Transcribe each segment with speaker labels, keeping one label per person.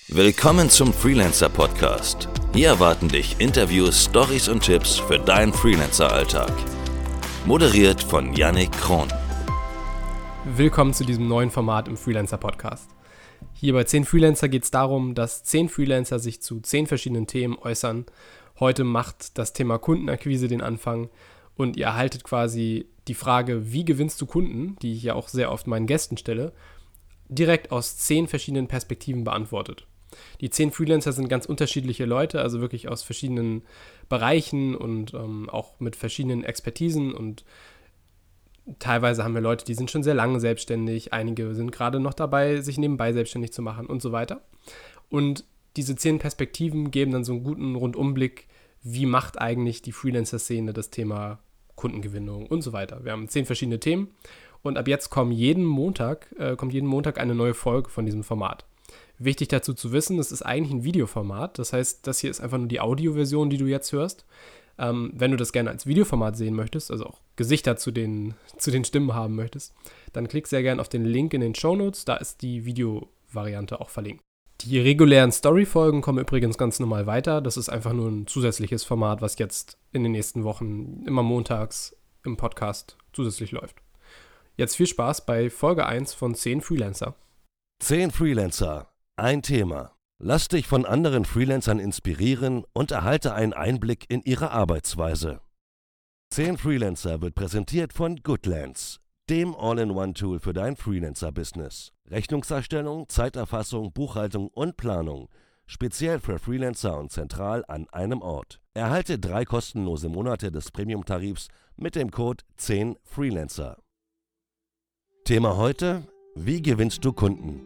Speaker 1: Willkommen zum Freelancer Podcast. Hier erwarten dich Interviews, Stories und Tipps für deinen Freelancer-Alltag. Moderiert von Yannick Kron.
Speaker 2: Willkommen zu diesem neuen Format im Freelancer Podcast. Hier bei 10 Freelancer geht es darum, dass 10 Freelancer sich zu 10 verschiedenen Themen äußern. Heute macht das Thema Kundenakquise den Anfang und ihr erhaltet quasi die Frage, wie gewinnst du Kunden, die ich ja auch sehr oft meinen Gästen stelle, direkt aus 10 verschiedenen Perspektiven beantwortet. Die 10 Freelancer sind ganz unterschiedliche Leute, also wirklich aus verschiedenen Bereichen und auch mit verschiedenen Expertisen, und teilweise haben wir Leute, die sind schon sehr lange selbstständig, einige sind gerade noch dabei, sich nebenbei selbstständig zu machen und so weiter. Und diese 10 Perspektiven geben dann so einen guten Rundumblick, wie macht eigentlich die Freelancer-Szene das Thema Kundengewinnung und so weiter. Wir haben 10 verschiedene Themen und ab jetzt kommt jeden Montag eine neue Folge von diesem Format. Wichtig dazu zu wissen, es ist eigentlich ein Videoformat, das heißt, das hier ist einfach nur die Audioversion, die du jetzt hörst. Wenn du das gerne als Videoformat sehen möchtest, also auch Gesichter zu den Stimmen haben möchtest, dann klick sehr gerne auf den Link in den Shownotes, da ist die Videovariante auch verlinkt. Die regulären Story-Folgen kommen übrigens ganz normal weiter, das ist einfach nur ein zusätzliches Format, was jetzt in den nächsten Wochen immer montags im Podcast zusätzlich läuft. Jetzt viel Spaß bei Folge 1 von 10 Freelancer.
Speaker 1: 10 Freelancer, ein Thema. Lass dich von anderen Freelancern inspirieren und erhalte einen Einblick in ihre Arbeitsweise. 10 Freelancer wird präsentiert von Goodlands, dem All-in-One-Tool für dein Freelancer-Business. Rechnungserstellung, Zeiterfassung, Buchhaltung und Planung. Speziell für Freelancer und zentral an einem Ort. Erhalte 3 kostenlose Monate des Premium-Tarifs mit dem Code 10 Freelancer. Thema heute: Wie gewinnst du Kunden?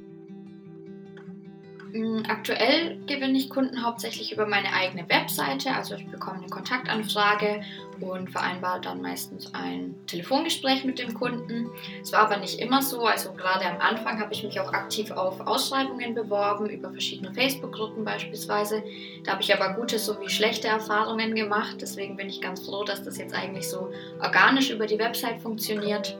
Speaker 3: Aktuell gewinne ich Kunden hauptsächlich über meine eigene Webseite, also ich bekomme eine Kontaktanfrage und vereinbare dann meistens ein Telefongespräch mit dem Kunden. Es war aber nicht immer so, also gerade am Anfang habe ich mich auch aktiv auf Ausschreibungen beworben, über verschiedene Facebook-Gruppen beispielsweise. Da habe ich aber gute sowie schlechte Erfahrungen gemacht, deswegen bin ich ganz froh, dass das jetzt eigentlich so organisch über die Website funktioniert.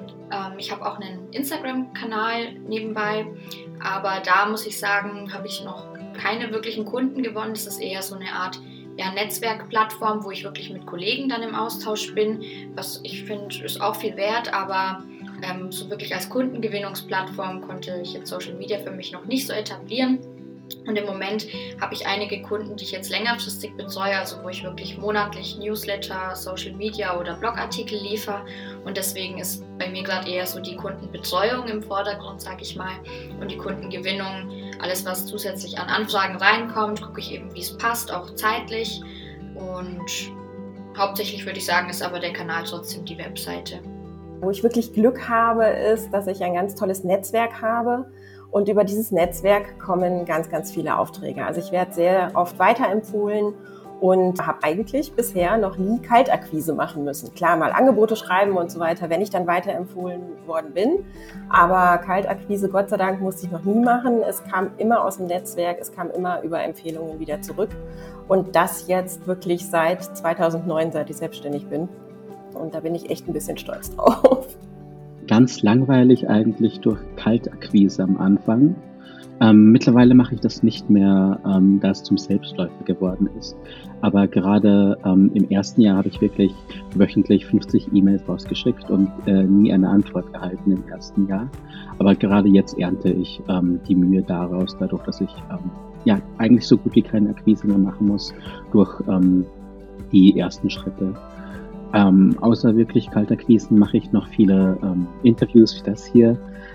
Speaker 3: Ich habe auch einen Instagram-Kanal nebenbei, aber da muss ich sagen, habe ich noch keine wirklichen Kunden gewonnen. Das ist eher so eine Art Netzwerkplattform, wo ich wirklich mit Kollegen dann im Austausch bin, was ich finde, ist auch viel wert, aber so wirklich als Kundengewinnungsplattform konnte ich jetzt Social Media für mich noch nicht so etablieren. Und im Moment habe ich einige Kunden, die ich jetzt längerfristig betreue, also wo ich wirklich monatlich Newsletter, Social Media oder Blogartikel liefere. Und deswegen ist bei mir gerade eher so die Kundenbetreuung im Vordergrund, sage ich mal. Und die Kundengewinnung, alles was zusätzlich an Anfragen reinkommt, gucke ich eben, wie es passt, auch zeitlich. Und hauptsächlich würde ich sagen, ist aber der Kanal trotzdem die Webseite.
Speaker 4: Wo ich wirklich Glück habe, ist, dass ich ein ganz tolles Netzwerk habe. Und über dieses Netzwerk kommen ganz, ganz viele Aufträge. Also ich werde sehr oft weiterempfohlen und habe eigentlich bisher noch nie Kaltakquise machen müssen. Klar, mal Angebote schreiben und so weiter, wenn ich dann weiterempfohlen worden bin. Aber Kaltakquise, Gott sei Dank, musste ich noch nie machen. Es kam immer aus dem Netzwerk, es kam immer über Empfehlungen wieder zurück. Und das jetzt wirklich seit 2009, seit ich selbstständig bin. Und da bin ich echt ein bisschen stolz drauf.
Speaker 5: Ganz langweilig eigentlich durch Kaltakquise am Anfang. Mittlerweile mache ich das nicht mehr, da es zum Selbstläufer geworden ist. Aber gerade im ersten Jahr habe ich wirklich wöchentlich 50 E-Mails rausgeschickt und nie eine Antwort erhalten im ersten Jahr. Aber gerade jetzt ernte ich die Mühe daraus, dadurch, dass ich eigentlich so gut wie keine Akquise mehr machen muss, durch die ersten Schritte. Außer wirklich Kaltakquisen mache ich noch viele Interviews wie das hier,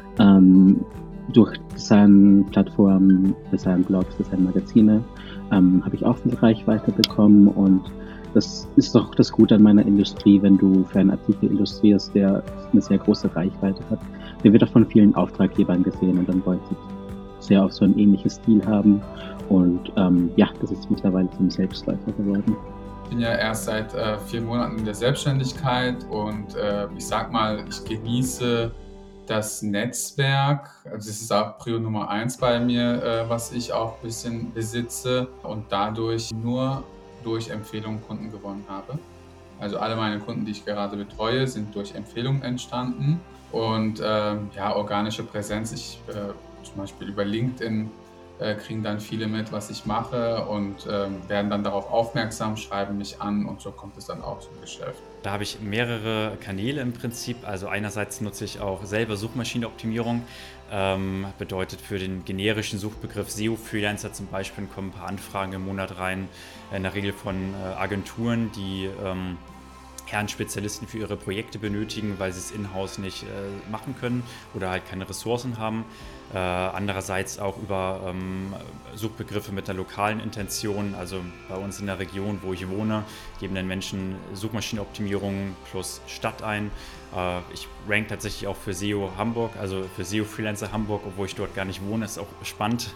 Speaker 5: durch Designplattformen, Designblogs, Designmagazine habe ich auch viel Reichweite bekommen, und das ist doch das Gute an meiner Industrie, wenn du für einen Artikel illustrierst, der eine sehr große Reichweite hat. Der wird auch von vielen Auftraggebern gesehen und dann wollen sie sehr oft so ein ähnliches Stil haben, und das ist mittlerweile zum Selbstläufer geworden.
Speaker 6: Ich bin ja erst seit 4 Monaten in der Selbstständigkeit und ich sag mal, ich genieße das Netzwerk. Also das ist auch Prio Nummer 1 bei mir, was ich auch ein bisschen besitze und dadurch nur durch Empfehlungen Kunden gewonnen habe. Also alle meine Kunden, die ich gerade betreue, sind durch Empfehlungen entstanden. Und organische Präsenz, ich zum Beispiel über LinkedIn kriegen dann viele mit, was ich mache und werden dann darauf aufmerksam, schreiben mich an und so kommt es dann auch zum Geschäft.
Speaker 7: Da habe ich mehrere Kanäle im Prinzip. Also einerseits nutze ich auch selber Suchmaschinenoptimierung. Bedeutet für den generischen Suchbegriff SEO-Freelancer zum Beispiel kommen ein paar Anfragen im Monat rein. In der Regel von Agenturen, die Spezialisten für ihre Projekte benötigen, weil sie es in-house nicht machen können oder halt keine Ressourcen haben. Andererseits auch über Suchbegriffe mit einer lokalen Intention. Also bei uns in der Region, wo ich wohne, geben den Menschen Suchmaschinenoptimierung plus Stadt ein. Ich rank tatsächlich auch für SEO Hamburg, also für SEO Freelancer Hamburg, obwohl ich dort gar nicht wohne, ist auch spannend.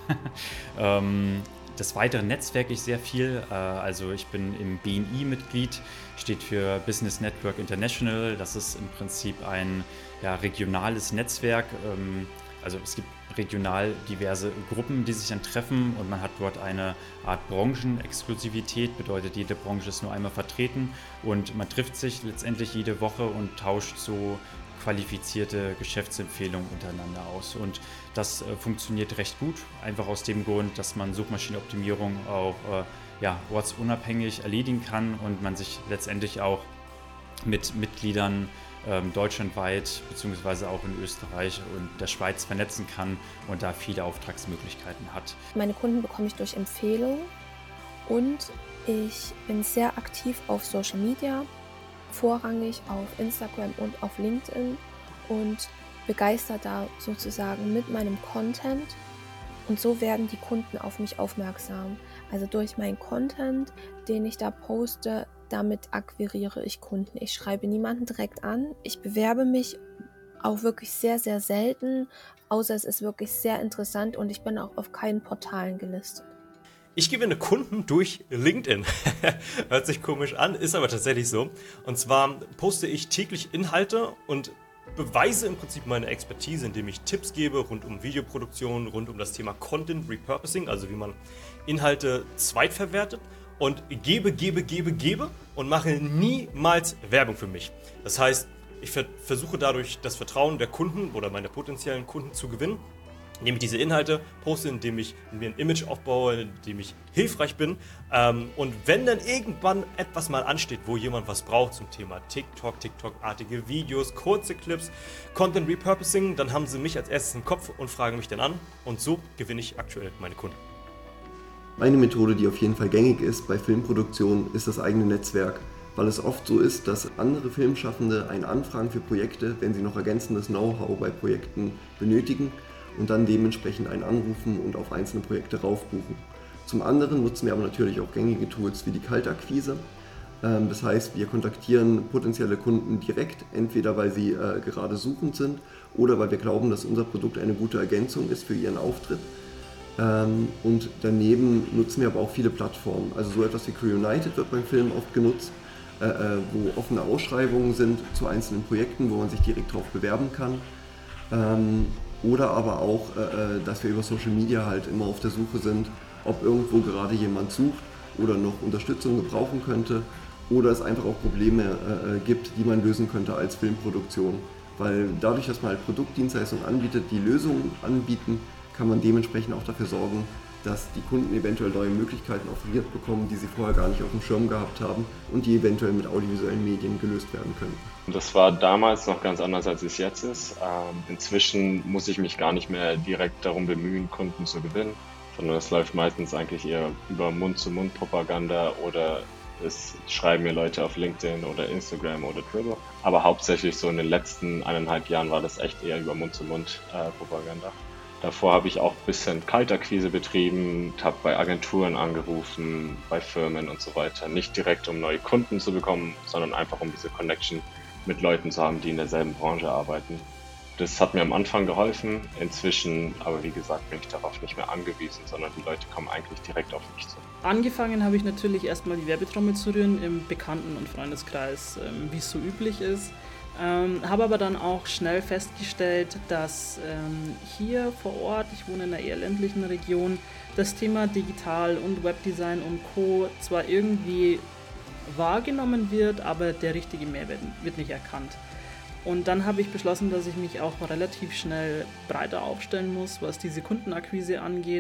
Speaker 7: Des Weiteren netzwerke ich sehr viel, also ich bin im BNI Mitglied, steht für Business Network International, das ist im Prinzip ein regionales Netzwerk, also es gibt regional diverse Gruppen, die sich dann treffen und man hat dort eine Art Branchenexklusivität, bedeutet jede Branche ist nur einmal vertreten und man trifft sich letztendlich jede Woche und tauscht so qualifizierte Geschäftsempfehlungen untereinander aus. Und das funktioniert recht gut, einfach aus dem Grund, dass man Suchmaschinenoptimierung auch ortsunabhängig erledigen kann und man sich letztendlich auch mit Mitgliedern deutschlandweit bzw. auch in Österreich und der Schweiz vernetzen kann und da viele Auftragsmöglichkeiten hat.
Speaker 8: Meine Kunden bekomme ich durch Empfehlungen und ich bin sehr aktiv auf Social Media, vorrangig auf Instagram und auf LinkedIn und begeistert da sozusagen mit meinem Content und so werden die Kunden auf mich aufmerksam. Also durch meinen Content, den ich da poste, damit akquiriere ich Kunden. Ich schreibe niemanden direkt an, ich bewerbe mich auch wirklich sehr, sehr selten, außer es ist wirklich sehr interessant und ich bin auch auf keinen Portalen gelistet.
Speaker 9: Ich gewinne Kunden durch LinkedIn. Hört sich komisch an, ist aber tatsächlich so. Und zwar poste ich täglich Inhalte und beweise im Prinzip meine Expertise, indem ich Tipps gebe rund um Videoproduktion, rund um das Thema Content Repurposing, also wie man Inhalte zweitverwertet und gebe und mache niemals Werbung für mich. Das heißt, ich versuche dadurch das Vertrauen der Kunden oder meiner potenziellen Kunden zu gewinnen, indem ich diese Inhalte poste, indem ich mir ein Image aufbaue, indem ich hilfreich bin. Und wenn dann irgendwann etwas mal ansteht, wo jemand was braucht zum Thema TikTok-artige Videos, kurze Clips, Content Repurposing, dann haben sie mich als erstes im Kopf und fragen mich dann an. Und so gewinne ich aktuell meine Kunden.
Speaker 10: Eine Methode, die auf jeden Fall gängig ist bei Filmproduktionen, ist das eigene Netzwerk, weil es oft so ist, dass andere Filmschaffende einen anfragen für Projekte, wenn sie noch ergänzendes Know-how bei Projekten benötigen und dann dementsprechend einen anrufen und auf einzelne Projekte raufbuchen. Zum anderen nutzen wir aber natürlich auch gängige Tools wie die Kaltakquise. Das heißt, wir kontaktieren potenzielle Kunden direkt, entweder weil sie gerade suchend sind oder weil wir glauben, dass unser Produkt eine gute Ergänzung ist für ihren Auftritt. Und daneben nutzen wir aber auch viele Plattformen. Also so etwas wie Crew United wird beim Film oft genutzt, wo offene Ausschreibungen sind zu einzelnen Projekten, wo man sich direkt drauf bewerben kann. Oder aber auch, dass wir über Social Media halt immer auf der Suche sind, ob irgendwo gerade jemand sucht oder noch Unterstützung gebrauchen könnte oder es einfach auch Probleme gibt, die man lösen könnte als Filmproduktion. Weil dadurch, dass man halt Produktdienstleistungen anbietet, die Lösungen anbieten, kann man dementsprechend auch dafür sorgen, dass die Kunden eventuell neue Möglichkeiten offeriert bekommen, die sie vorher gar nicht auf dem Schirm gehabt haben und die eventuell mit audiovisuellen Medien gelöst werden können.
Speaker 11: Das war damals noch ganz anders, als es jetzt ist. Inzwischen muss ich mich gar nicht mehr direkt darum bemühen, Kunden zu gewinnen, sondern es läuft meistens eigentlich eher über Mund-zu-Mund-Propaganda oder es schreiben mir Leute auf LinkedIn oder Instagram oder Twitter. Aber hauptsächlich so in den letzten 1,5 Jahren war das echt eher über Mund-zu-Mund-Propaganda. Davor habe ich auch ein bisschen Kaltakquise betrieben, habe bei Agenturen angerufen, bei Firmen und so weiter. Nicht direkt, um neue Kunden zu bekommen, sondern einfach, um diese Connection mit Leuten zu haben, die in derselben Branche arbeiten. Das hat mir am Anfang geholfen. Inzwischen, aber wie gesagt, bin ich darauf nicht mehr angewiesen, sondern die Leute kommen eigentlich direkt auf mich zu.
Speaker 12: Angefangen habe ich natürlich erstmal die Werbetrommel zu rühren im Bekannten- und Freundeskreis, wie es so üblich ist. Habe aber dann auch schnell festgestellt, dass hier vor Ort, ich wohne in einer eher ländlichen Region, das Thema Digital und Webdesign und Co. zwar irgendwie wahrgenommen wird, aber der richtige Mehrwert wird nicht erkannt. Und dann habe ich beschlossen, dass ich mich auch relativ schnell breiter aufstellen muss, was diese Kundenakquise angeht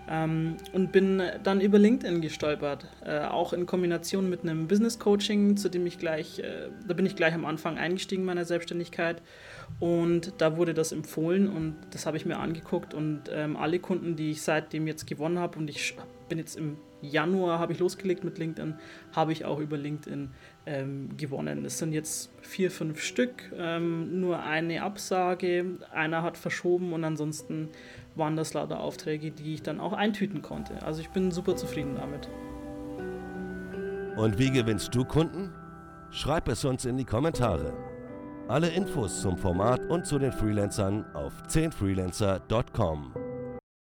Speaker 12: Und bin dann über LinkedIn gestolpert, auch in Kombination mit einem Business Coaching, da bin ich gleich am Anfang eingestiegen in meiner Selbstständigkeit, und da wurde das empfohlen und das habe ich mir angeguckt, und alle Kunden, die ich seitdem jetzt gewonnen habe, und ich bin jetzt im Januar, habe ich losgelegt mit LinkedIn, habe ich auch über LinkedIn gewonnen. Es sind jetzt 4, 5 Stück, nur eine Absage, einer hat verschoben und ansonsten waren das lauter Aufträge, die ich dann auch eintüten konnte. Also ich bin super zufrieden damit.
Speaker 1: Und wie gewinnst du Kunden? Schreib es uns in die Kommentare. Alle Infos zum Format und zu den Freelancern auf 10freelancer.com.